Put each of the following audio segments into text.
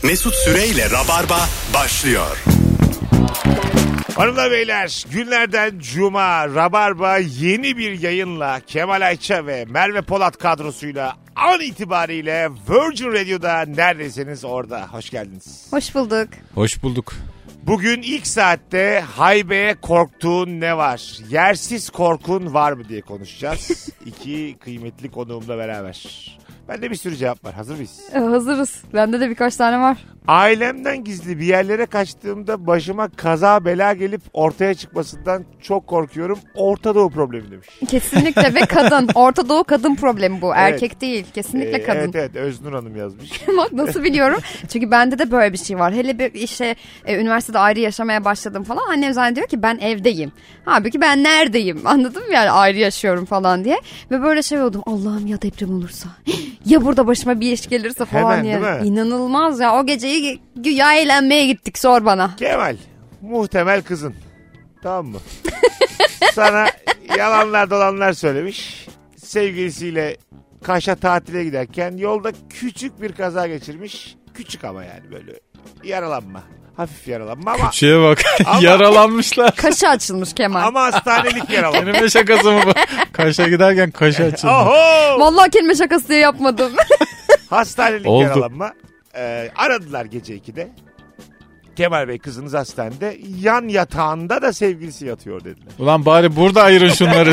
Mesut Süreyle Rabarba başlıyor. Hanımlar beyler, günlerden cuma Rabarba yeni bir yayınla Kemal Ayça ve Merve Polat kadrosuyla an itibariyle Virgin Radio'da neredesiniz orada. Hoş geldiniz. Hoş bulduk. Hoş bulduk. Bugün ilk saatte haybeye korktuğun ne var? Yersiz korkun var mı diye konuşacağız. İki kıymetli konuğumla beraber. Bende bir sürü cevap var. Hazır mıyız? Hazırız. Bende de birkaç tane var. Ailemden gizli bir yerlere kaçtığımda başıma kaza bela gelip ortaya çıkmasından çok korkuyorum. Orta Doğu problemi demiş. Kesinlikle ve kadın. Orta Doğu kadın problemi bu. Erkek değil. Kesinlikle kadın. Evet Öznur Hanım yazmış. Bak nasıl biliyorum. Çünkü bende de böyle bir şey var. Hele bir işte üniversitede ayrı yaşamaya başladım falan. Annem zannediyor ki ben evdeyim. Halbuki ben neredeyim? Anladın mı yani ayrı yaşıyorum falan diye. Ve böyle şey oldum. Allah'ım ya deprem olursa. Ya burada başıma bir iş gelirse falan Hemen, diye. değil mi? İnanılmaz ya. O geceyi güya eğlenmeye gittik sor bana. Kemal, muhtemel kızın. Tamam mı? Sana yalanlar dolanlar söylemiş. Sevgilisiyle Kaş'a tatile giderken yolda küçük bir kaza geçirmiş. Küçük ama yani böyle yaralanma. Hafif yaralanma ama... Küçüğe bak. Ama- Yaralanmışlar. Kaşı açılmış Kemal. Ama hastanelik yaralanma. Kelime şakası mı bu? Kaş'a giderken kaşı açıldı. Oho! Vallahi kelime şakası diye yapmadım. Hastanelik Oldu. yaralanma. Aradılar gece 2'de. Kemal Bey kızınız hastanede. Yan yatağında da sevgilisi yatıyor dediler. Ulan bari burada ayırın şunları.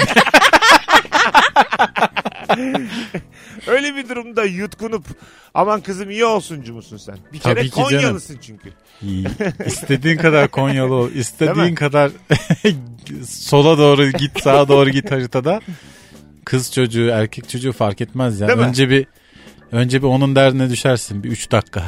Öyle bir durumda yutkunup aman kızım iyi olsuncu musun sen? Bir Tabii kere ki canım. Konyalısın çünkü. İstediğin kadar Konyalı ol. Değil İstediğin mi? kadar sola doğru git, sağa doğru git haritada. Kız çocuğu, erkek çocuğu fark etmez ya. Değil mi? Önce bir onun derdine düşersin. Bir 3 dakika.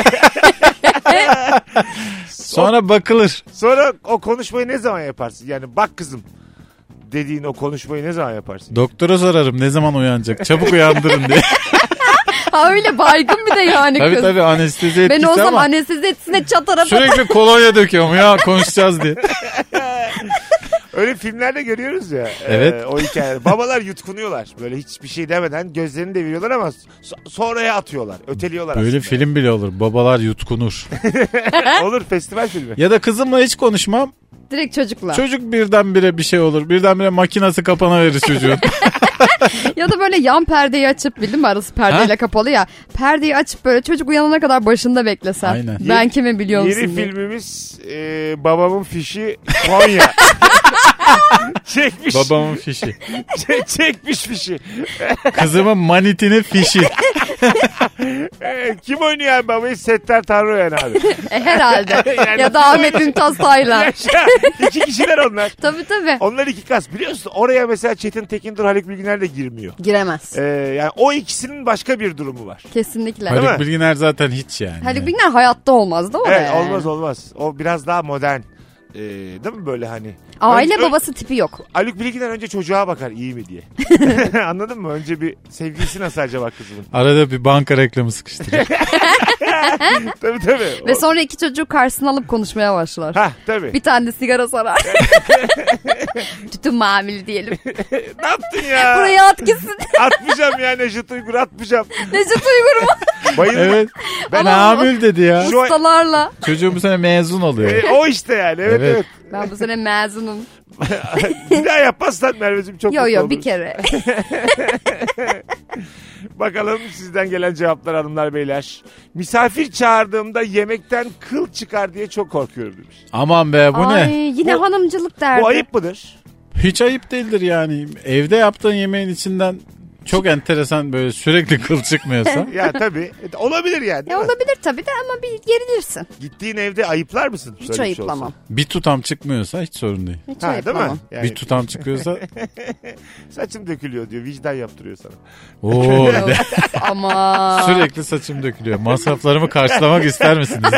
Sonra bakılır. Sonra o konuşmayı ne zaman yaparsın? Yani bak kızım dediğin o konuşmayı ne zaman yaparsın? Doktora sorarım ne zaman uyanacak. Çabuk uyandırın diye. Ha öyle baygın bir de yani kız. Tabii anestezi Ben etkisi olsam ama anestezi etsine çatara. sürekli kolonya döküyorum ya konuşacağız diye. Öyle filmlerde görüyoruz ya. Evet. O hikayeler. Babalar yutkunuyorlar. Böyle hiçbir şey demeden gözlerini deviriyorlar ama sonraya atıyorlar. Öteliyorlar Böyle aslında. film bile olur. Babalar yutkunur. Olur festival filmi. Ya da kızımla hiç konuşmam. Direkt çocukla. Çocuk birdenbire bir şey olur. Birdenbire makinası kapanıverir çocuğun. Ya da böyle yan perdeyi açıp bildin mi arası perdeyle kapalı ya. Perdeyi açıp böyle çocuk uyanana kadar başında beklesen. Aynen. Ben kimi biliyor musun Yeni diye. filmimiz babamın fişi Konya. Çekmiş. Babamın fişi. Çekmiş fişi. Kızımın manitinin fişi. Kim oynuyor abi babayı? Settar Tanrıoyan abi. Herhalde. Yani ya da Ahmet Mümtaz Taylan. Yaşa. 2 kişiler onlar. Tabii. Onlar 2 kas. Biliyor musun? Oraya mesela Çetin Tekindur, Haluk Bilginer de girmiyor. Giremez. Yani o ikisinin başka bir durumu var. Kesinlikle. Değil mi? Haluk Bilginer zaten hiç yani. Haluk Bilginer hayatta olmaz da oraya. Evet olmaz. O biraz daha modern. Değil mi böyle hani? Aile babası tipi yok. Haluk Bilginer önce çocuğa bakar iyi mi diye. Anladın mı? Önce bir sevgilisi nasıl acaba kızımın? Arada bir banka reklamı sıkıştırıyor. Tabii. Ve sonra iki çocuğu karşısına alıp konuşmaya başlar. Hah tabii. Bir tane de sigara sarar. Tütün mamili diyelim. Ne yaptın ya? Buraya at gitsin. Atmayacağım ya Neşet Uygur atmayacağım. Necdet Uygur mu? Bayıldım. Evet. Ben Amül dedi ya. Şu- Ustalarla. Çocuğum bu sene mezun oluyor. O işte yani evet. Evet. Ben bu sene mezunum. Bir daha yapmazsan Merveciğim çok mutlu Yo oluruz. bir kere. Bakalım sizden gelen cevaplar hanımlar beyler. Misafir çağırdığımda yemekten kıl çıkar diye çok korkuyorum demiş. Aman be bu Ay, ne? yine Bu- hanımcılık derdi. Bu ayıp mıdır? Hiç ayıp değildir yani. Evde yaptığın yemeğin içinden çok enteresan böyle sürekli kıl çıkmıyorsa. Ya tabii. Olabilir yani. değil Ya mi? olabilir tabii de ama bir gerilirsin. Gittiğin evde ayıplar mısın? Hiç Böyle bir şey ayıplamam. olsa? Bir tutam çıkmıyorsa hiç sorun değil. Hiç Ha, değil mi? ayıplamam. Yani Bir tutam çıkıyorsa saçım dökülüyor diyor. Vicdan yaptırıyor sana. ooo bir de Ama sürekli saçım dökülüyor. Masraflarımı karşılamak ister misiniz?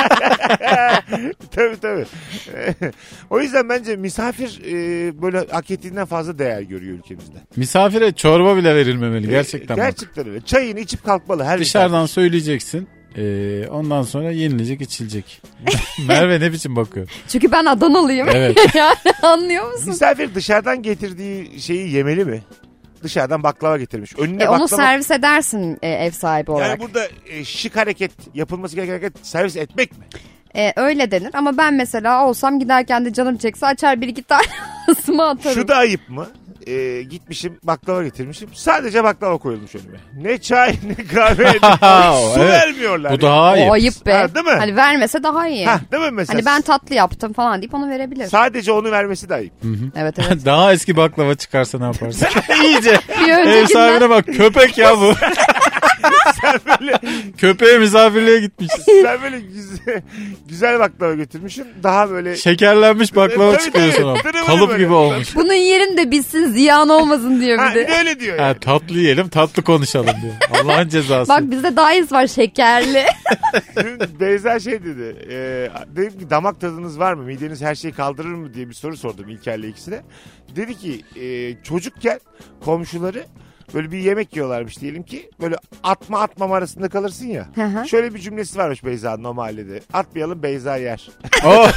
Tabii. O yüzden bence misafir böyle hak ettiğinden fazla değer görüyor ülkemizde. Misafire çorba bile verilmemeli gerçekten. bak. Gerçekten öyle. Çayını içip kalkmalı her Dışarıdan söyleyeceksin. Ondan sonra yenilecek içilecek. Merve ne biçim bakıyor? çünkü ben Adanalıyım. Evet. Yani anlıyor musun? Misafir dışarıdan getirdiği şeyi yemeli mi? dışarıdan baklava getirmiş. Önüne Onu baklava... servis edersin ev sahibi olarak. Yani burada şık hareket, yapılması gereken hareket servis etmek mi? Öyle denir ama ben mesela olsam giderken de canım çekse açar bir iki tane ısıma atarım. Şu da ayıp mı? Gitmişim baklava getirmişim. Sadece baklava koyulmuş önüme. Ne çay ne kahve ne su Evet. vermiyorlar. Bu daha iyi. O ayıp be. Ha, değil mi? Hani vermese daha iyi. Değil mi mesela? Hani ben tatlı yaptım falan deyip onu verebilir. Sadece onu vermesi de ayıp. Evet evet. Daha eski baklava çıkarsa ne yaparsın? İyice. Bir Ev öncekinden sahibine bak, köpek ya bu. Sen böyle, Köpeğe misafirliğe gitmiş. sen böyle güzel baklava götürmüşsün. Daha böyle... Şekerlenmiş baklava Tabii, çıkıyor tabii. sonra. Tırı Kalıp böyle. gibi olmuş. bunun yerinde bitsin ziyan olmasın diyor Ha, bir bir de. de öyle diyor Ha, yani. tatlı yiyelim, tatlı konuşalım diyor. Allah'ın cezası. Bak bizde daha iyisi var şekerli. Dün Beyza şey dedi. Dedim ki damak tadınız var mı? Mideniz her şeyi kaldırır mı diye bir soru sordum İlker'le ikisine. Dedi ki çocukken komşuları böyle bir yemek yiyorlarmış diyelim ki. Böyle atma atmam arasında kalırsın ya. Hı hı. Şöyle bir cümlesi varmış Beyza'nın o mahallede. Atmayalım Beyza yer. Oh,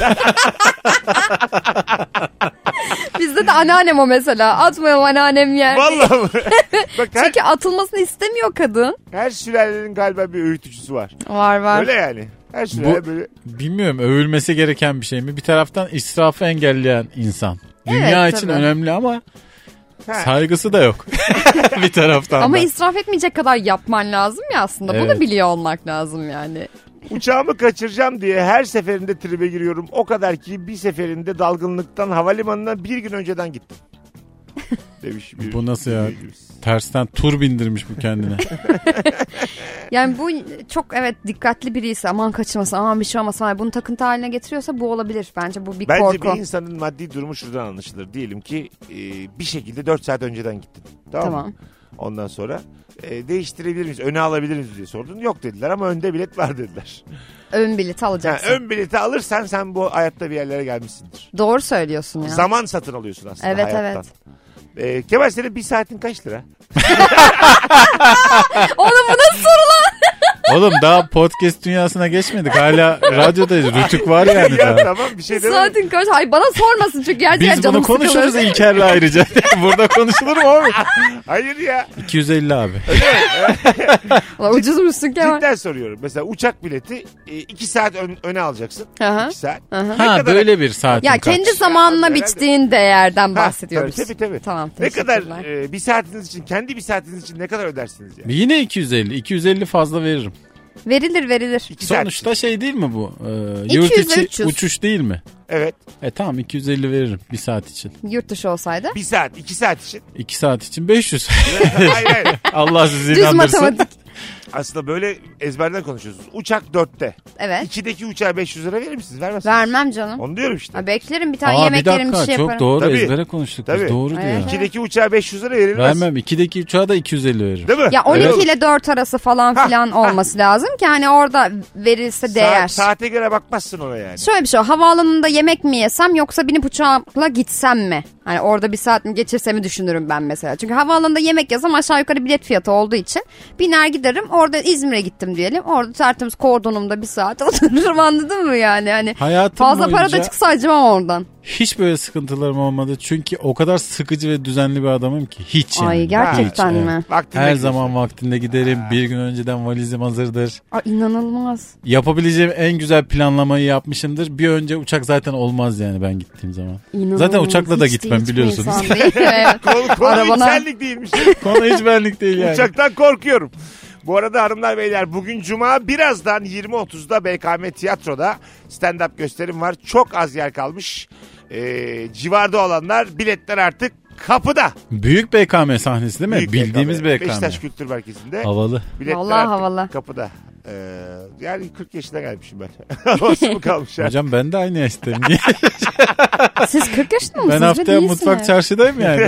Bizde de anneannem o mesela. Atmayalım anneannem yer. Vallahi mı? Bak Çünkü atılmasını istemiyor kadın. her sülalenin galiba bir öğütücüsü var. Var. Öyle yani. Her sülale böyle. bilmiyorum, övülmesi gereken bir şey mi? Bir taraftan israfı engelleyen insan. Dünya Evet, için tabii. önemli ama Ha. saygısı da yok. Bir taraftan Ama da. israf etmeyecek kadar yapman lazım ya aslında. Evet. Bunu biliyor olmak lazım yani. Uçağımı kaçıracağım diye her seferinde tribe giriyorum. O kadar ki bir seferinde dalgınlıktan havalimanına bir gün önceden gittim. Demiş bir Bu nasıl ya? dinleyicimiz. Tersten tur bindirmiş bu kendine. Yani bu çok evet dikkatli biriyse aman kaçırmasın aman bir şey olmasın. Bunu takıntı haline getiriyorsa bu olabilir. Bence bu bir Bence korku. bir insanın maddi durumu şuradan anlaşılır. Diyelim ki bir şekilde 4 saat önceden gittin. Tamam mı? Tamam. Ondan sonra değiştirebilir miyiz? Öne alabilir miyiz diye sordun. Yok dediler ama önde bilet var dediler. Ön bilet Yani alacaksın. ön bileti alırsan sen bu hayatta bir yerlere gelmişsindir. Doğru söylüyorsun ya. Zaman satın alıyorsun aslında Evet, hayattan. Kemal senin bir saatin kaç lira? Oğlum bu nasıl soru lan? Oğlum daha podcast dünyasına geçmedik. Hala radyodayız. Rütük var yani Ya daha. tamam bir şey demedim. Saatin kaç? Hayır bana sormasın çünkü gerçekten Biz canım bunu konuşuruz sıkılır. İlker'le ayrıca. Burada konuşulur mu abi? Hayır ya. 250 abi. Ulan ucuzmuşsun Kemal. Cidden soruyorum. Mesela uçak bileti 2 saat öne alacaksın. Aha. 2 saat. Aha. Ha kadar- böyle bir saatin Ya kaç? kendi zamanına Herhalde. biçtiğin değerden bahsediyoruz. Tabii. Tamam Ne kadar teşekkürler. bir saatiniz için, kendi bir saatiniz için ne kadar ödersiniz yani? Yine 250. 250 fazla veririm. Verilir. 2 saat Sonuçta için. şey değil mi bu? 200 Yurt içi 300. uçuş değil mi? Evet. Tamam 250 veririm bir saat için. Yurt dışı olsaydı. 1 saat, 2 saat için. 2 saat için 500. hayır. Allah sizi Düz inandırsın. matematik. Aslında böyle ezberden konuşuyorsunuz. Uçak 4'te. Evet. 2'deki uçağa 500 lira verir misiniz? Vermezsiniz. Vermem canım. Onu diyorum işte. Ha, beklerim bir tane Aa, yemek bir yerim bir dakika şey çok yaparım. doğru Tabii. ezbere konuştuk biz. Tabii. Doğru diyor. Evet. 2'deki uçağa 500 lira verilmez. Vermem. 2'deki uçağa da 250 veririm. Değil mi? Ya 12 Evet. ile 4 arası falan filan olması lazım ki hani orada verilse değer. Saate göre bakmazsın ona yani. Şöyle bir şey havaalanında yemek mi yesem yoksa binip uçakla gitsem mi? Hani orada bir saat mi geçirsemi düşünürüm ben mesela. Çünkü havaalanında yemek yesem aşağı yukarı bilet fiyatı olduğu için biner giderim. Orada İzmir'e gittim diyelim. Orada tertemiz kordonumda bir saat otururum anladın mı yani? Hani Hayatım fazla para boyunca da çıksa acımam oradan. hiç böyle sıkıntılarım olmadı. Çünkü o kadar sıkıcı ve düzenli bir adamım ki. Hiç yani. Ay gerçekten Hiç, mi? evet. Vaktinde Her gidiyorsun. zaman vaktinde giderim. Bir gün önceden valizim hazırdır. Ay inanılmaz. Yapabileceğim en güzel planlamayı yapmışımdır. Bir önce uçak zaten olmaz yani ben gittiğim zaman. İnanılmaz. Zaten uçakla da Hiç gitmem hiçbir biliyorsunuz. insan değil. Evet. Konu Arabana- içsellik değilmiş. Konu hiç benlik değil yani. Uçaktan korkuyorum. Bu arada hanımlar beyler bugün Cuma birazdan 20.30'da BKM Tiyatro'da stand-up gösterim var. Çok az yer kalmış. Civarda olanlar biletler artık kapıda. Büyük BKM sahnesi değil mi? Büyük Bildiğimiz BKM. Beşiktaş Kültür Merkezi'nde. Havalı. Biletler Vallahi artık havalı. kapıda. Yani 40 yaşına gelmişim ben. Havası mı kalmış yani? Hocam ben de aynı yaştayım. Niye? Siz 40 yaşında mısınız? Ben Ve haftaya değilsiniz. mutfak çarşıdayım yani.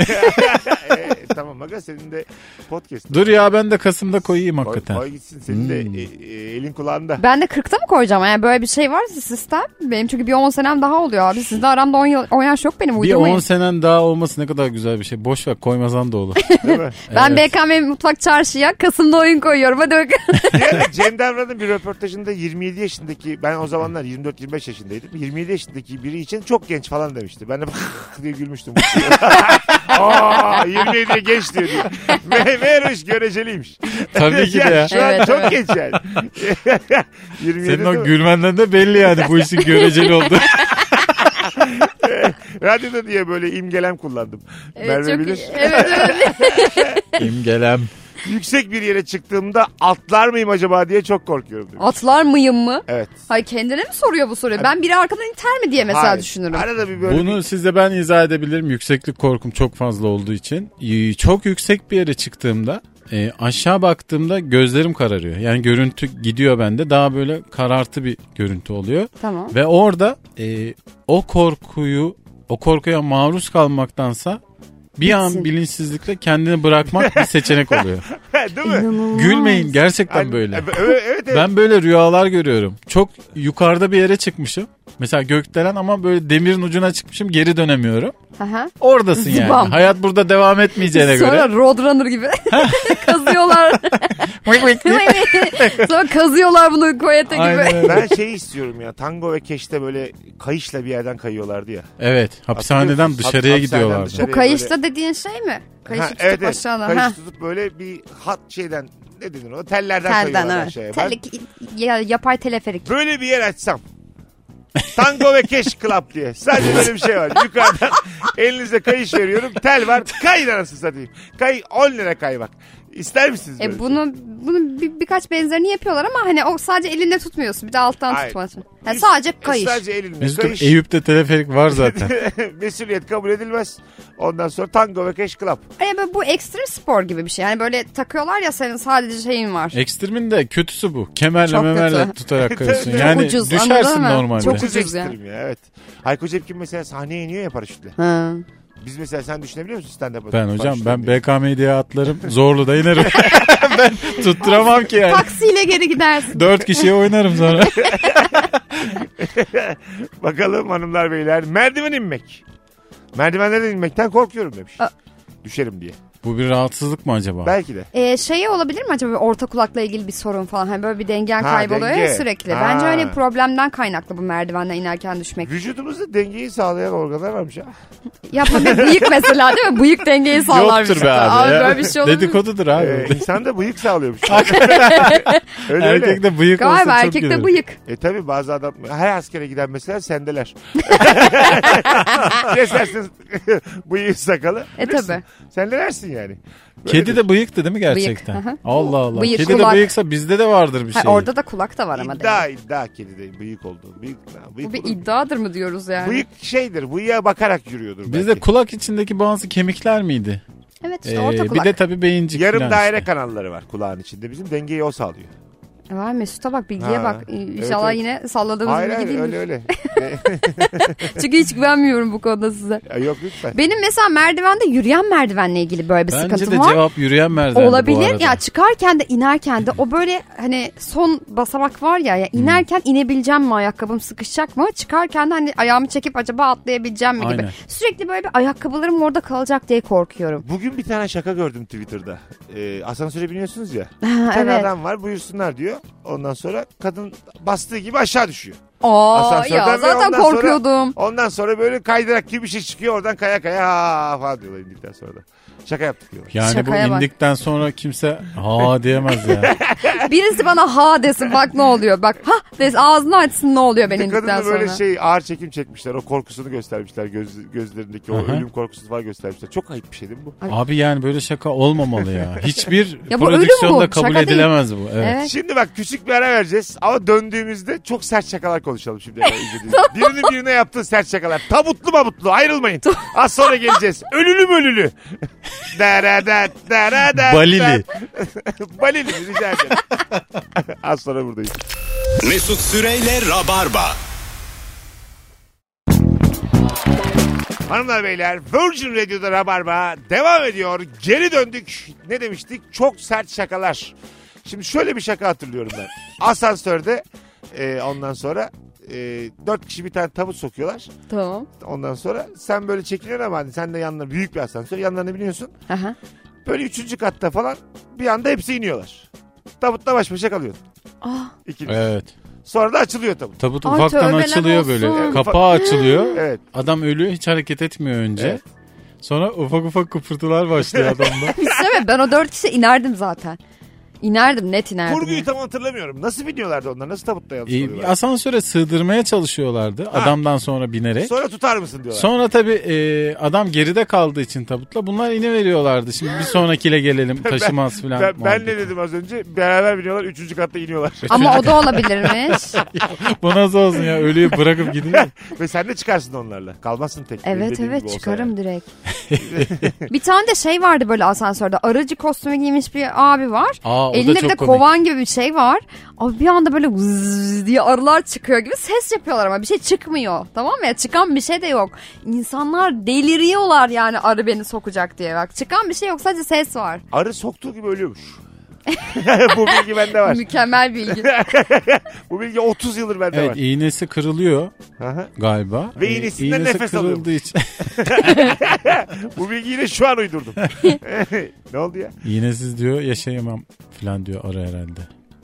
Tamam aga senin de podcast. Dur ya ben de Kasım'da koyayım Koy, hakikaten. koy gitsin senin de elin kulağında. Ben de 40'ta mı koyacağım? Yani böyle bir şey varsa sistem. Benim çünkü bir 10 senem daha oluyor abi. Sizde aramda 10 yaş yok benim. Bir Uydurmayın. 10 senen daha olması ne kadar güzel bir şey. Boş ver koymasan da olur. Değil mi? Ben Evet. BKM Mutfak Çarşı'ya Kasım'da oyun koyuyorum. Hadi bakalım. Yani Cem Davran'ın bir röportajında 27 yaşındaki ben o zamanlar 24-25 yaşındaydım. 27 yaşındaki biri için çok genç falan demişti. Ben de diye gülmüştüm. Aa, 27'ye genç diyor. Meğer o iş göreceliymiş. Tabii ki de ya. Şu an Evet, çok evet. genç yani. 27 Senin değil o mi? gülmenden de belli yani bu işin göreceli oldu. Radyoda diye böyle imgelem kullandım. Evet, Merve çok bilir. iyi. Evet, evet. İmgelem. Yüksek bir yere çıktığımda atlar mıyım acaba diye çok korkuyorum demiş. Atlar mıyım mı? Evet. Hayır, kendine mi soruyor bu soruyu? Ben biri arkadan iter mi diye mesela Hayır. düşünürüm. Arada bir böyle Bunu size ben izah edebilirim. Yükseklik korkum çok fazla olduğu için. Çok yüksek bir yere çıktığımda aşağı baktığımda gözlerim kararıyor. Yani görüntü gidiyor bende. Daha böyle karartı bir görüntü oluyor. Tamam. Ve orada o korkuya maruz kalmaktansa bir an Bitsin. bilinçsizlikle kendini bırakmak bir seçenek oluyor. değil mi? İnanılmaz. Gülmeyin, gerçekten Yani- böyle. Evet. Ben böyle rüyalar görüyorum. Çok yukarıda bir yere çıkmışım. Mesela gökdelen ama böyle demirin ucuna çıkmışım, geri dönemiyorum. Aha. Oradasın yani. Zıbam. Hayat burada devam etmeyeceğine Sonra göre. Roadrunner gibi kazıyorlar. Sonra kazıyorlar bunu koyete Aynen gibi. öyle. Ben şeyi istiyorum ya. Tango ve Keş'te böyle kayışla bir yerden kayıyorlardı ya. Evet, hapishaneden Hatırlıyor musun? dışarıya Hapishaneden gidiyorlardı. dışarı- Bu kayışta dediğin şey mi? Kayışı Ha, tutup evet. aşağıdan. Kayış Ha. tutup böyle bir hat şeyden ne denir o? Tellerden Telden kayıyorlar evet. aşağıya. Ben Yapay teleferik. böyle bir yer açsam. Tango ve Keş Club diye. Sadece böyle bir şey var. Yukarıdan elinize kayış veriyorum. Tel var. Kayın anasını satayım. Kay 10 lira kay bak. İster misiniz böyle? Bunu birkaç benzerini yapıyorlar ama hani o sadece elinde tutmuyorsun. Bir de alttan Hayır. tutmasın. Yani sadece kayış. Sadece elinle Mesut'um kayış. Eyüp'te teleferik var zaten. Mesuliyet kabul edilmez. Ondan sonra Tango ve Keş Club. Hani böyle bu ekstrem spor gibi bir şey. Yani böyle takıyorlar ya, senin sadece şeyin var. Ekstremin de kötüsü bu. Kemerle Çok memerle kötü. tutarak kayıyorsun. Çok Yani ucuz, düşersin anladın mı? normalde. Çok Ucuz ucuz ya. ekstrem ya. Evet. Hayko Cepkin mesela sahneye iniyor ya paraşütle. Ha. Biz mesela sen düşünebiliyor musun stand-up? Ben hocam paraşütle ben inmeyi? BKM diye atlarım. Zorlu da inerim. Ben tutturamam ki yani. Taksiyle geri gidersin. 4 kişiye oynarım sonra. Bakalım hanımlar beyler. Merdiven inmek. Merdivenlerden inmekten korkuyorum demiş. Düşerim diye. Bu bir rahatsızlık mı acaba? Belki de. Şey olabilir mi acaba, orta kulakla ilgili bir sorun falan? Hani böyle bir dengen Ha, kayboluyor denge. ya sürekli. Ha. Bence öyle bir problemden kaynaklı bu merdivenden inerken düşmek. Vücudumuzda dengeyi sağlayan organlar varmış ha. Yapma, bir bıyık mesela değil mi? Bıyık dengeyi sağlar. Yoktur be vücutta. abi. ya. Böyle bir şey olabilir. Dedikodudur abi. İnsan da bıyık sağlıyormuş. öyle öyle. Erkekte bıyık olsa Galiba çok erkekte gülerim. bıyık. Tabi bazı adam her askere giden mesela sendeler. Kesersin bıyığı sakalı. Bilirsin. Tabi. Sendelersin yani. Kedi de bıyıktı değil mi gerçekten? Bıyık, hı hı. Allah Allah. Bıyık, Kedi kulak. de bıyıksa bizde de vardır bir şey. Orada da kulak da var ama. İddia kedide bıyık oldu. Bıyık Bu bir olur. iddiadır mı diyoruz yani? Bıyık şeydir. Bıyığa bakarak yürüyordur Bizde belki. kulak içindeki bazı kemikler miydi? Evet işte orta Bir kulak. de tabii beyincik Yarım falan daire işte. kanalları var kulağın içinde. Bizim dengeyi o sağlıyor. Vay Mesut'a bak, bilgiye Ha, bak. İnşallah evet. yine salladığımız Hayır bilgi hayır değildir. öyle. Çünkü hiç güvenmiyorum bu konuda size. Yok lütfen. Benim mesela merdivende, yürüyen merdivenle ilgili böyle bir Bence sıkıntım de var. cevap yürüyen merdiven bu Olabilir arada. ya, çıkarken de inerken de o böyle hani son basamak var ya inerken inebileceğim mi, ayakkabım sıkışacak mı, çıkarken de hani ayağımı çekip acaba atlayabileceğim mi gibi. Aynen. Sürekli böyle bir ayakkabılarım orada kalacak diye korkuyorum. Bugün bir tane şaka gördüm Twitter'da. Asansöre biniyorsunuz ya. Bir Ha, tane evet. adam var buyursunlar diyor. Ondan sonra kadın bastığı gibi aşağı düşüyor. Aa Asansörden ya ve zaten ondan korkuyordum. Ondan sonra böyle kaydırak gibi bir şey çıkıyor. Oradan kaya kaya ha falan diyorlar indikten sonra da. Şaka yaptık diyorlar. Yani Şakaya bu bak. indikten sonra kimse ha diyemez ya. Birisi bana ha desin, bak ne oluyor, bak ha desin, ağzını açsın, ne oluyor ben indikten Kadını sonra. böyle ağır çekim çekmişler. O korkusunu göstermişler. Gözlerindeki o Aha. ölüm korkusunu falan göstermişler. Çok ayıp bir şey değil mi bu? Abi yani böyle şaka olmamalı ya. Hiçbir Ya bu ölüm prodüksiyonda bu, kabul şaka değil. edilemez bu. Evet. Evet. Şimdi bak küçük bir ara vereceğiz ama döndüğümüzde çok sert şakalar konuşalım şimdi. Birinin birine yaptığı sert şakalar. Tabutlu mabutlu ayrılmayın. Az sonra geleceğiz. Ölülü mölülü. Balili. Balili rica ederim. Az sonra buradayız. Mesut Süreyle Rabarba. Hanımlar beyler Virgin Radio'da Rabarba devam ediyor. Geri döndük. Ne demiştik? Çok sert şakalar. Şimdi şöyle bir şaka hatırlıyorum ben. Asansörde ondan sonra 4 kişi bir tane tabut sokuyorlar. Tamam. Ondan sonra sen böyle çekiliyorsun ama hani sen de yanlarına büyük bir asansör yanlarına biniyorsun. Aha. Böyle 3. katta falan bir anda hepsi iniyorlar. Tabutla baş başa kalıyorsun. Ah. İkiniz. Evet. Sonra da açılıyor tabut. Tabut Ay, ufaktan tövbeler açılıyor böyle. olsun. Kapağı açılıyor. Evet. Adam ölüyor, hiç hareket etmiyor önce. Evet. Sonra ufak ufak kıpırtılar başlıyor adamda. Bir şey mi? Ben o 4 kişi inerdim zaten. İnerdim, net inerdim. Kurguyu yani. tam hatırlamıyorum. Nasıl biniyorlardı onlar? Nasıl tabutta yalnız oluyorlar? Asansöre sığdırmaya çalışıyorlardı adamdan sonra binerek. Sonra tutar mısın diyorlar. Sonra tabii adam geride kaldığı için tabutla bunlar iniveriyorlardı. Şimdi bir sonrakiyle gelelim taşımaz falan. Ben ne dedim az önce? Beraber biniyorlar 3. katta iniyorlar. Ama o da olabilirmiş. Bu nasıl olsun ya, ölüyü bırakıp gidiyor. Ve sen de çıkarsın onlarla. Kalmazsın tek. Evet çıkarım direkt. Bir tane de şey vardı böyle asansörde. Aracı kostümü giymiş bir abi var. Aa, Elinde bir de kovan gibi bir şey var. Abi bir anda böyle vızz diye arılar çıkıyor gibi ses yapıyorlar ama bir şey çıkmıyor. Tamam mı ya? Çıkan bir şey de yok. İnsanlar deliriyorlar yani arı beni sokacak diye. Bak çıkan bir şey yok, sadece ses var. Arı soktuğu gibi ölüyormuş. Bu bilgi bende var. Mükemmel bilgi. Bu bilgi 30 yıldır bende var. Evet, iğnesi kırılıyor Aha. galiba. Ve iğnesinden nefes kırıldığı için. Bu bilgiyi yine şu an uydurdum. Ne oldu ya? İğnesiz diyor yaşayamam falan diyor arı herhalde.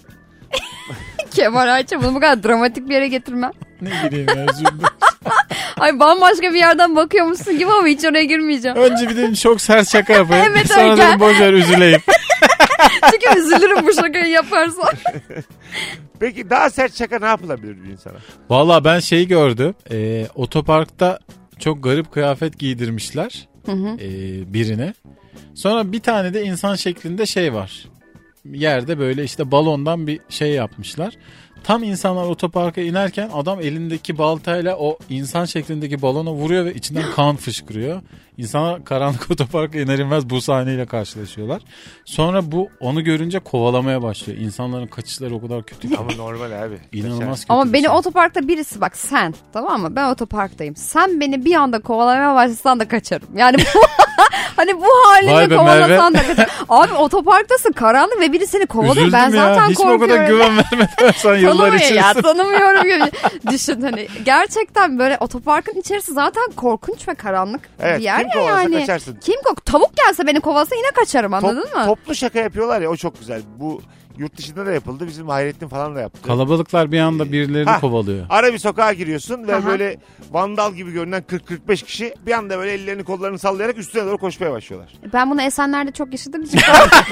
Kemal Ayça bunu bu kadar dramatik bir yere getirmem. Ne gireyim ya, üzüldüm. Ay bambaşka bir yerden bakıyormuşsun gibi ama hiç oraya girmeyeceğim. Önce bir dedim çok sert şaka yapayım. Evet, Sonra öyle. dedim boşver üzüleyim. Çünkü üzülürüm bu şakayı yaparsan. Peki daha sert şaka ne yapılabilir bir insana? Valla ben şeyi gördüm. Otoparkta çok garip kıyafet giydirmişler birine. Sonra bir tane de insan şeklinde şey var. Yerde böyle işte balondan bir şey yapmışlar. Tam insanlar otoparka inerken adam elindeki baltayla o insan şeklindeki balona vuruyor ve içinden kan fışkırıyor. İnsanlar karanlık otoparka iner inmez bu sahneyle karşılaşıyorlar. Sonra bu onu görünce kovalamaya başlıyor. İnsanların kaçışları o kadar kötü ki. Ama normal abi. İnanılmaz kötü. Ama bir beni şey. otoparkta birisi bak sen, tamam mı? Ben otoparktayım. Sen beni bir anda kovalamaya başlasan da kaçarım. Yani bu hani bu Vay halinle be kovalasan da kaçarım. Abi otoparktasın, karanlık ve biri seni kovalıyor. Üzüldüm Ben ya. zaten Hiç mi o korkuyorum. kadar güven vermedin sen yıllar Tanımıyor içerisinde? ya, tanımıyorum gibi. Düşün hani gerçekten böyle otoparkın içerisi zaten korkunç ve karanlık Evet, bir yer kim ya kovalasa yani. kaçarsın. Tavuk gelse beni kovalasa yine kaçarım, anladın mı? Toplu şaka yapıyorlar ya, o çok güzel. Bu yurt dışında da yapıldı. Bizim Hayrettin falan da yaptı. Kalabalıklar bir anda birilerini kovalıyor. Ara bir sokağa giriyorsun ve Aha. böyle vandal gibi görünen 40-45 kişi bir anda böyle ellerini kollarını sallayarak üstüne doğru koşmaya başlıyorlar. Ben bunu Esenler'de çok yaşadığım için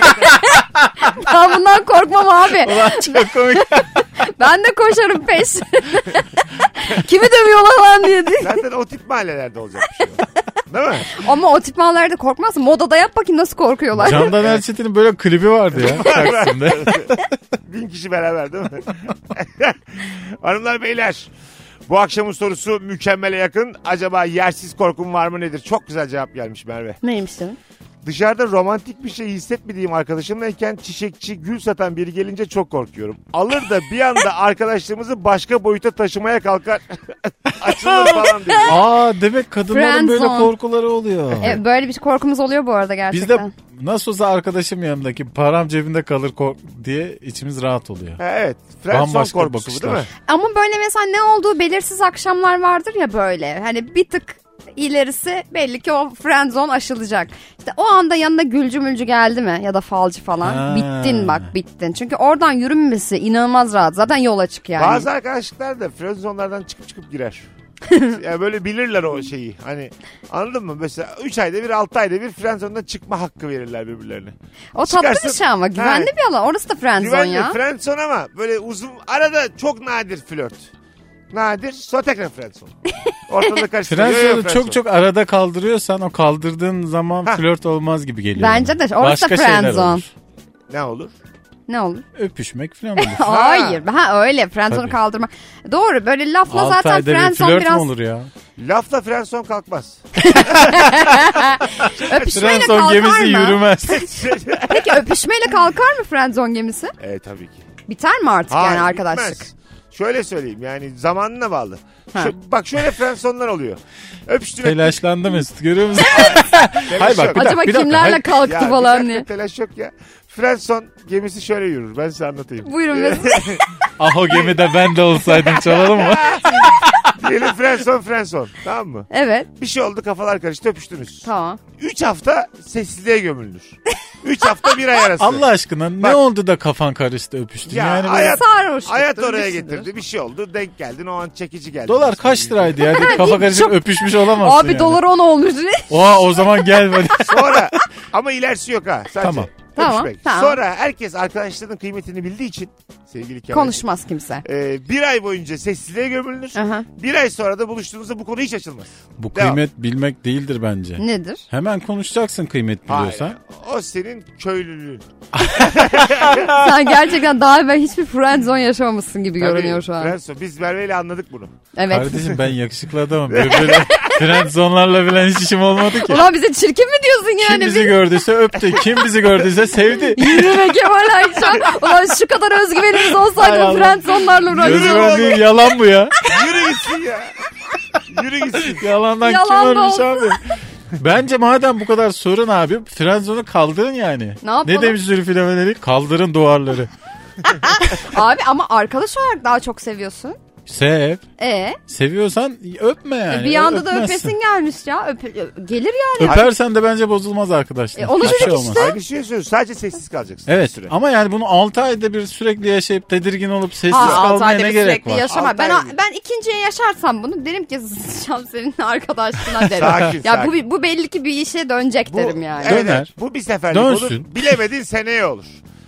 ben bundan korkmam abi. Ulan çok komik. Ben de koşarım peş. Kimi dövüyorlar lan diye. Zaten o tip mahallelerde olacak bir şey. Değil mi? Ama o tip mahallelerde korkmazsın. Modada yap bakayım nasıl korkuyorlar. Candan Erçetin'in böyle klibi vardı ya Taksim'de. 1000 kişi beraber değil mi? Hanımlar beyler, bu akşamın sorusu mükemmele yakın. Acaba yersiz korkum var mı nedir? Çok güzel cevap gelmiş Merve. Neymiş canım? Dışarıda romantik bir şey hissetmediğim arkadaşımlayken çiçekçi, gül satan biri gelince çok korkuyorum. Alır da bir anda arkadaşlığımızı başka boyuta taşımaya kalkar. Açılır falan diyor. Demek kadınların Friend böyle zone. korkuları oluyor. Böyle bir korkumuz oluyor bu arada gerçekten. Bizde nasıl olsa arkadaşım yanımdaki param cebinde kalır diye içimiz rahat oluyor. Ha, evet. Friendzone Bambaşka korkusu bu bakışlar. değil mi? Ama böyle mesela ne olduğu belirsiz akşamlar vardır ya böyle. Hani bir tık ilerisi belli ki o friendzone aşılacak. İşte o anda yanına gülcü mülcü geldi mi ya da falcı falan. Ha. Bittin bak, bittin. Çünkü oradan yürünmesi inanılmaz rahat. Zaten yol açık yani. Bazı arkadaşlıklar da friendzone'lardan çıkıp girer. Yani böyle bilirler o şeyi. Hani anladın mı? Mesela 3 ayda bir 6 ayda bir friendzone'dan çıkma hakkı verirler birbirlerine. O tatlı çıkarsın. bir şey ama güvenli Ha. bir alan. Orası da friendzone Güvenli ya. friendzone ama böyle uzun arada çok nadir flört. Nadir sonra tekrar friendzone. Ortada karıştırıyor. Friendzone'u çok arada kaldırıyorsan o kaldırdığın zaman flört olmaz gibi geliyor. Bence bana. de orası da Başka şeyler friendzone. olur. Ne olur? Ne olur? Öpüşmek falan olur. Hayır. Ha öyle friendzone'u Tabii. kaldırma. Doğru, böyle lafla 6 zaten ayda bir friendzone flört mü biraz olur ya? Lafla friendzone kalkmaz. öpüşmeyle Friendzone kalkar gemisi mı? yürümez. Peki öpüşmeyle kalkar mı friendzone gemisi? Tabii ki. Biter mi artık Hayır, yani arkadaşlık? bitmez. Şöyle söyleyeyim yani zamanına bağlı. Ha. Bak şöyle friendzone'lar oluyor. Öpüştüğüne Telaşlandı Mesut, görüyor musun? telaş Hayır bak, yok. bir Acaba dakika, kimlerle hayır. kalktı Ya, falan bir diye. dakika, telaş yok ya. Friendzone gemisi şöyle yürür. Ben size anlatayım. Buyurun Mesut. Ah o gemide ben de olsaydım, çalalım mı? Diyelim friendzone. Tamam mı? Evet, Bir şey oldu, kafalar karıştı, öpüştünüz. tamam. 3 hafta sessizliğe gömülür. 3 hafta 1 ay arası. Allah aşkına ne Bak. oldu da kafan karıştı öpüştün? Ya Yani hayat, Sarhoşluk, hayat oraya dönüştür. getirdi. Bir şey oldu. Denk geldin. O an çekici geldi. dolar kaç liraydı ya? Kafa karışıp çok- öpüşmüş olamazsın Abi yani. dolar 10 olmuş. Oha o zaman gel hadi. Sonra ama ilerisi yok ha. Sadece Tamam. Tamam, öpüşmek. tamam. Sonra herkes arkadaşlarının kıymetini bildiği için sevgili Kemal. Konuşmaz kimse. 1 ay boyunca sessizliğe gömülür. Aha. 1 ay sonra da buluştuğunuzda bu konu hiç açılmaz. Bu Devam. kıymet bilmek değildir bence. Nedir? Hemen konuşacaksın kıymet biliyorsan. Hayır. O senin köylülüğün. Sen gerçekten daha evvel hiçbir friend zone yaşamamışsın gibi görünüyor şu an. Tabii, biz Merve ile anladık bunu. Evet. Kardeşim ben yakışıklı adamım. Böyle friendzone'larla falan hiç işim olmadı ki. Ulan bize çirkin mi diyorsun Kim yani? bizi gördüyse öptü. Kim bizi gördüyse sevdi. Yürüme Kemal Ayça. Ulan şu kadar özgüvenimiz Hay olsaydı bu Allah. friend zone'larla uğraşıyorduk. Özgüven değil yalan bu ya. Yürü gitsin ya. Yürü gitsin. Yalandan Yalan kim da ölmüş olsa. abi? Bence madem bu kadar sorun abi friendzone'u kaldırın yani. Ne yapalım? Ne demiş Zülfü Livaneli? Kaldırın duvarları. Abi ama arkadaş olarak daha çok seviyorsun. Sev. Seviyorsan öpme yani. Bir anda da Öpmezsin. öpesin gelmiş ya. Gelir yani. Öpersen de bence bozulmaz arkadaşlar. Onu Hiçbir dedik şey olmaz. işte. Aynı şey söylüyorsun. Sadece sessiz kalacaksın. bir Evet süre. ama yani bunu 6 ayda bir sürekli yaşayıp tedirgin olup sessiz Ha, 6 kalmaya ayda ne bir gerek sürekli var? yaşama. Altı ay. Ben ikinciye yaşarsam bunu derim ki sıçacağım senin arkadaşlığına derim. Sakin, Ya sakin. bu belli ki bir işe dönecek derim yani. Evet, Döner. evet. Bu bir seferlik Dönsün. olur. Bilemedin seneye olur.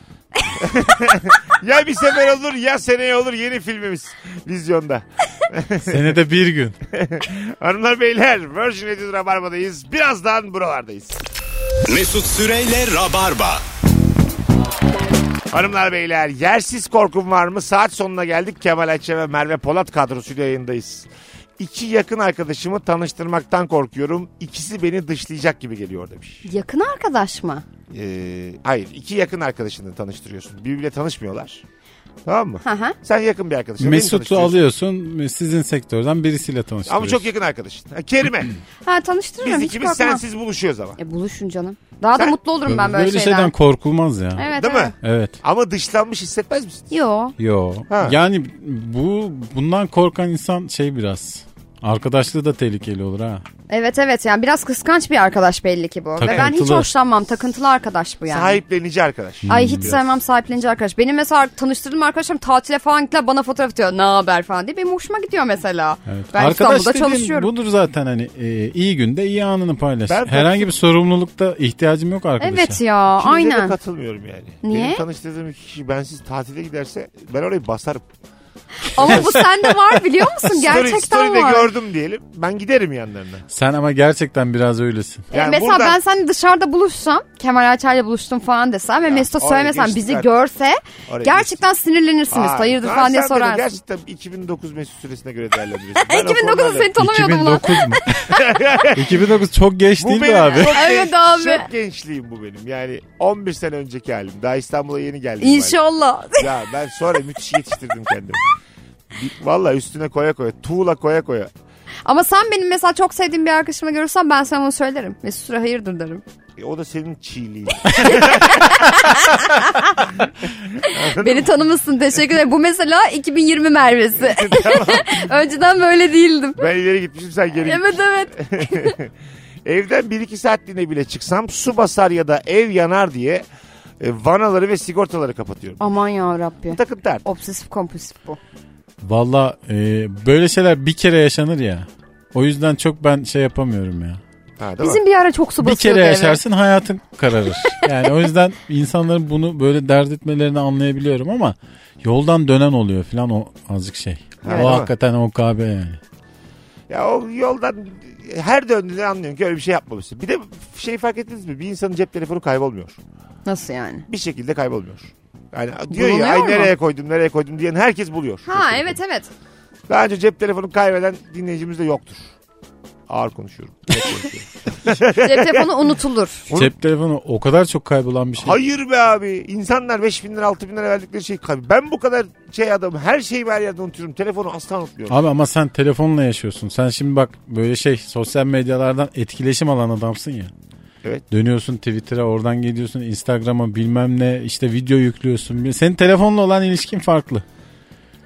Ya bir sefer olur ya seneye olur yeni filmimiz vizyonda. Senede bir gün. Hanımlar beyler Virgin Radio Rabarba'dayız. Birazdan buralardayız. Mesut Süreyle Rabarba. Hanımlar beyler yersiz korkum var mı? Saat sonuna geldik. Kemal Ayça ve Merve Polat kadrosuyla yayındayız. 2 yakın arkadaşımı tanıştırmaktan korkuyorum. İkisi beni dışlayacak gibi geliyor demiş. Yakın arkadaş mı? Hayır 2 yakın arkadaşını tanıştırıyorsun. Birbiriyle tanışmıyorlar. Tamam mı? Hı hı. Sen yakın bir arkadaşın. beni Mesut'u tanıştırıyorsun. alıyorsun sizin sektörden birisiyle tanıştırıyorsun. Ama çok yakın arkadaşın. Ha, Kerime. Ha tanıştırırım Biz hiç ikimiz korkmam. sensiz buluşuyoruz ama. Buluşun canım. Daha da Sen- mutlu olurum ben böyle şeyden. şeyden korkulmaz ya. Evet, Değil evet. mi? Evet. Ama dışlanmış hissetmez misin? Yo. Yo. Ha. Yani bundan korkan insan biraz. Arkadaşlığı da tehlikeli olur ha. Evet yani biraz kıskanç bir arkadaş belli ki bu. Ve ben hiç Takıntılı. hoşlanmam. Takıntılı arkadaş bu yani. Sahiplenici arkadaş. Ay hiç Biraz. sevmem sahiplenici arkadaş. Benim mesela tanıştırdığım arkadaşlarım tatile falan gittiler bana fotoğraf atıyor. Ne haber falan diye. Benim hoşuma gidiyor mesela. Evet. Ben Arkadaş İstanbul'da dediğin çalışıyorum. budur zaten hani iyi günde iyi anını paylaş. Ben- Herhangi bir sorumlulukta ihtiyacım yok arkadaşa. Evet ya İkinize de aynen. katılmıyorum yani. Niye? Benim tanıştırdığım 2 kişi bensiz tatile giderse ben orayı basarım. Ama bu sende var biliyor musun? Gerçekten Story'de var. gördüm diyelim. Ben giderim yanlarına. Sen ama gerçekten biraz öylesin. Yani Mesela buradan- ben seninle dışarıda buluşsam, Kemal Ayça'yla buluştum falan desem ve Mesut'a oraya söylemesem geçtik bizi zaten. görse Oraya gerçekten sinirlenirsiniz. Aa, Hayırdır sen falan diye beni sorarsın. Gerçekten 2009 Mesut süresine göre değerlendiriyorsun. Ben o 2009'da konularla- seni tanımıyordum lan. 2009 mu? 2009 çok geç Bu değil mi benim abi? çok Evet genç, abi. çok gençliğim bu benim. Yani 11 sene önceki halim. Daha İstanbul'a yeni geldim. İnşallah. ben. Ya ben sonra müthiş yetiştirdim kendimi. Vallahi üstüne koya koya. Tuğla koya koya. Ama sen benim mesela çok sevdiğim bir arkadaşımı görürsen ben sana bunu söylerim. Mesut Süre hayırdır derim. O da senin çiğliğin. Beni tanımışsın teşekkür ederim. Bu mesela 2020 Mervesi. Önceden böyle değildim. Ben ileri gitmişim sen geri Evet evet. Evden 1-2 saatliğine bile çıksam su basar ya da ev yanar diye vanaları ve sigortaları kapatıyorum. Aman ya Rabbi. Takıntı artık. Obsesif kompulsif bu. Valla böyle şeyler bir kere yaşanır ya. O yüzden çok ben şey yapamıyorum ya. Ha, değil Bizim mi? bir ara çok su Bir basıyordu kere eve. yaşarsın hayatın kararır. Yani o yüzden insanların bunu böyle dert etmelerini anlayabiliyorum ama yoldan dönen oluyor falan o azıcık şey. Evet. O hakikaten o KB yani. Ya o yoldan her döndüğünde anlıyorum ki öyle bir şey yapmamışsın. Bir de şey fark ettiniz mi? Bir insanın cep telefonu kaybolmuyor. Nasıl yani? Bir şekilde kaybolmuyor. Yani diyor ya Bulunuyor ay mu? nereye koydum diyen herkes buluyor. Ha Cep evet evet. Daha önce cep telefonu kaybeden dinleyicimiz de yoktur. Ağır konuşuyorum. Net konuşuyorum. Cep telefonu unutulur. Cep telefonu o kadar çok kaybolan bir şey. Hayır be abi. İnsanlar 5.000 lira 6.000 lira verdikleri şey kaybı. Ben bu kadar şey adamım. Her şeyi her yerde unutuyorum. Telefonu asla unutmuyorum. Abi ama sen telefonla yaşıyorsun. Sen şimdi bak böyle sosyal medyalardan etkileşim alan adamsın ya. Evet. Dönüyorsun Twitter'a oradan gidiyorsun Instagram'a bilmem ne işte video yüklüyorsun. Senin telefonla olan ilişkin farklı.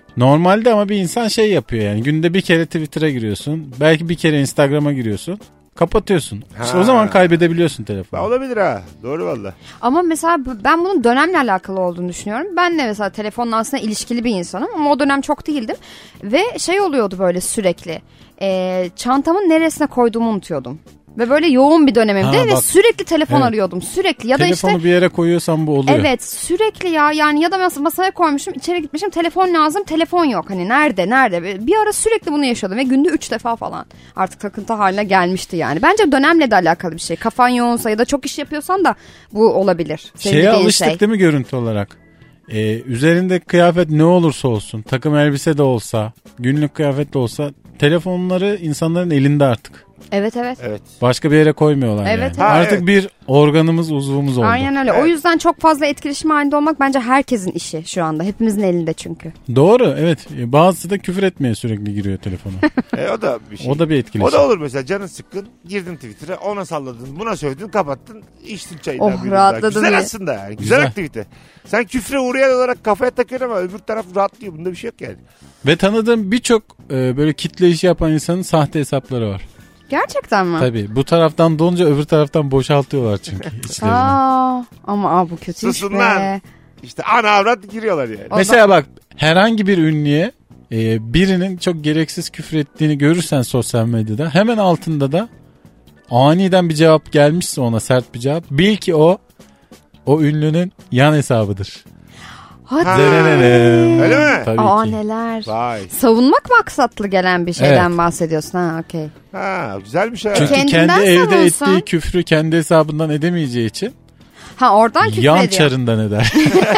Normalde ama bir insan şey yapıyor yani günde bir kere Twitter'a giriyorsun. Belki bir kere Instagram'a giriyorsun. kapatıyorsun. İşte Ha. o zaman kaybedebiliyorsun telefonu. Olabilir ha. Doğru valla. Ama mesela ben bunun dönemle alakalı olduğunu düşünüyorum. Ben de mesela telefonla aslında ilişkili bir insanım ama o dönem çok değildim. Ve şey oluyordu böyle sürekli. Çantamın neresine koyduğumu unutuyordum. Ve böyle yoğun bir dönemimde Ha, ve bak. sürekli telefon Evet. arıyordum. Sürekli ya da Telefonu işte bir yere koyuyorsan bu oluyor. evet sürekli ya yani ya da masaya koymuşum içeri gitmişim telefon lazım telefon yok hani nerede bir ara sürekli bunu yaşıyordum ve günde 3 defa falan artık takıntı haline gelmişti yani. Bence dönemle de alakalı bir şey kafan yoğunsa ya da çok iş yapıyorsan da bu olabilir. Senin Şeye dediğin alıştık şey. değil mi görüntü olarak? Üzerinde kıyafet ne olursa olsun, takım elbise de olsa, günlük kıyafet de olsa telefonları insanların elinde artık. Evet. Evet. Başka bir yere koymuyorlar Evet, yani. evet. Ha, Artık evet. bir organımız, uzvumuz oldu. Aynen öyle. O yüzden çok fazla etkileşim halinde olmak bence herkesin işi şu anda. Hepimizin elinde çünkü. Doğru, evet. Bazısı da küfür etmeye sürekli giriyor telefona. O da bir şey. O da bir etkileşim. O da olur mesela canın sıkkın girdin Twitter'a ona salladın buna sövdün kapattın içtin çayından Oh, bir rahatladın Güzel diye. aslında yani güzel Güzel. aktivite. Sen küfre uğrayan olarak kafaya takıyorsun ama öbür taraf rahatlıyor bunda bir şey yok yani. Ve tanıdığım birçok böyle kitle işi yapan insanın sahte hesapları var. Gerçekten mi? Tabii. Bu taraftan dolunca öbür taraftan boşaltıyorlar çünkü içlerini. Ama bu kötüymüş Susun be. lan. İşte ana avrat giriyorlar yani. Mesela bak herhangi bir ünlüye birinin çok gereksiz küfür ettiğini görürsen sosyal medyada hemen altında da aniden bir cevap gelmişse ona sert bir cevap bil ki o ünlünün yan hesabıdır. Hadi. Ha. Denenenem. Öyle mi? Tabii Aa ki. neler. Vay. Savunmak maksatlı gelen bir şeyden Evet. bahsediyorsun. Ha okey. Ha güzel bir şey. Çünkü Kendinden kendi evde savunsun. ettiği küfrü kendi hesabından edemeyeceği için Ha oradan küfür yan ediyor. çarından eder.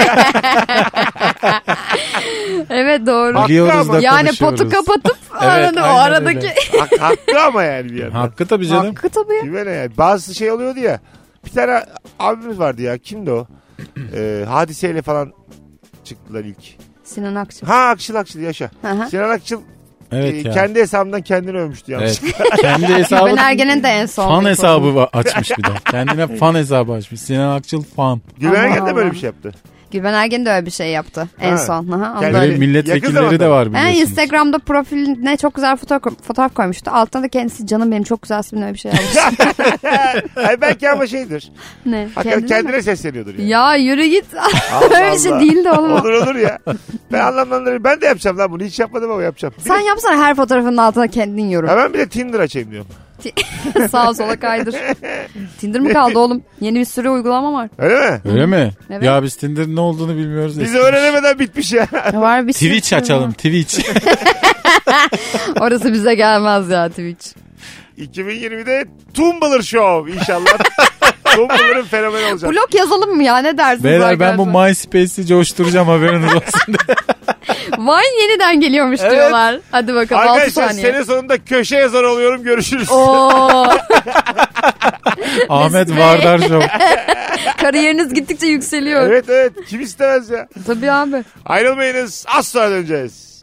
Evet doğru. Biliyoruz da Yani konuşuyoruz. potu kapatıp Evet, o aynen aradaki. Hakkı ama yani bir yandan. Hakkı tabii canım. Hakkı tabii. Kime ne yani? Bazı şey oluyordu ya. Bir tane abimiz vardı ya. Kimdi o? Hadiseyle falan çıktılar ilk. Sinan Akçıl. Ha Akçıl yaşa. Hı hı. Sinan Akçıl Evet ya. kendi hesabından kendini övmüştü yanlış. Evet. Kendi hesabı Ben Ergen'in de en son. fan hesabı açmış bir de. Kendine fan hesabı açmış. Sinan Akçıl fan. Güven Ergen de böyle Allah. bir şey yaptı. Gülben Ergen de öyle bir şey yaptı en Ha. son. Aha, onu Kendi- da Böyle öyle. milletvekilleri de var Ben biliyorsunuz. Instagram'da profiline çok güzel fotoğraf koymuştu. Altına da kendisi canım benim çok güzelsin öyle bir şey yazmış. Ay belki ama şeydir. Ne? Hakikaten mi? kendine sesleniyordur yani. Ya yürü git. Allah öyle bir şey Allah. değil de oğlum. Olur ya. Ben anlamlandırıyorum. Ben de yapacağım lan bunu. Hiç yapmadım ama yapacağım. Bir Sen de, yapsana her fotoğrafının altına kendin yorum. hemen bir de Tinder açayım diyorum. Sağa sola kaydır. Tinder mi kaldı oğlum? Yeni bir sürü uygulama var. Öyle mi? Öyle mi? Evet. Ya biz Tinder'ın ne olduğunu bilmiyoruz. Biz öğrenemeden bitmiş ya. Var bir sürü Twitch sürü açalım. var. Twitch. Orası bize gelmez ya Twitch. 2020'de Tumblr Show inşallah. Tumblr'ın fenomeni olacak. Blog yazalım mı ya ne dersiniz Beyler ben bu arkadaşlar? MySpace'i coşturacağım haberiniz olsun. Vine yeniden geliyormuş Evet. diyorlar. Hadi bakalım 6 Arkadaşlar saniye. sene sonunda köşe yazar oluyorum. Görüşürüz. Oo, Ahmet Bey. Vardar Show. kariyeriniz gittikçe yükseliyor. Evet. Kim istemez ya. Tabii abi. Ayrılmayınız. Az sonra döneceğiz.